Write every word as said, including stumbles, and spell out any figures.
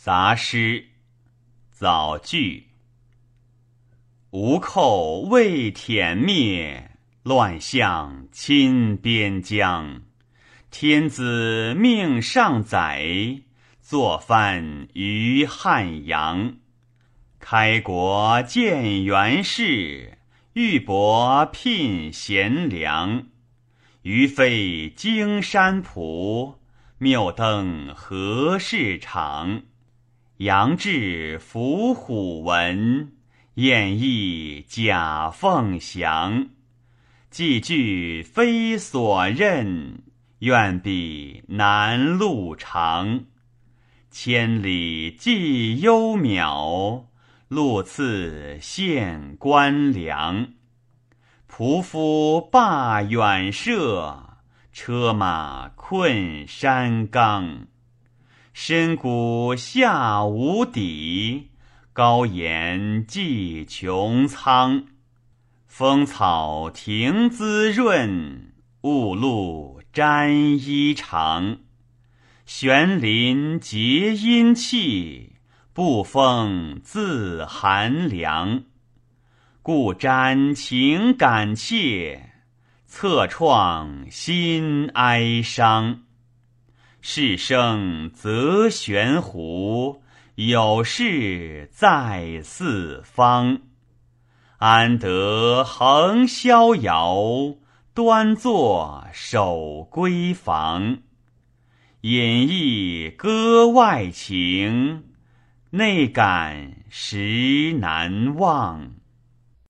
杂诗，早句。吴寇未殄灭，乱象侵边疆。天子命上载，作藩于汉阳。开国建元氏，玉帛聘贤良。于飞经山浦，谬登何事场。杨志伏虎文，燕翼甲凤翔。寄句非所任，愿比南路长。千里寄幽渺，路次献官粮。仆夫罢远涉，车马困山冈。深谷下无底，高岩际穹苍。风草停滋润，雾露沾衣裳。悬林结阴气，不风自寒凉。故瞻情感切，侧怆心哀伤。是生则悬壶，有事在四方。安得恒逍遥，端坐守闺房。隐逸歌外情，内感实难忘。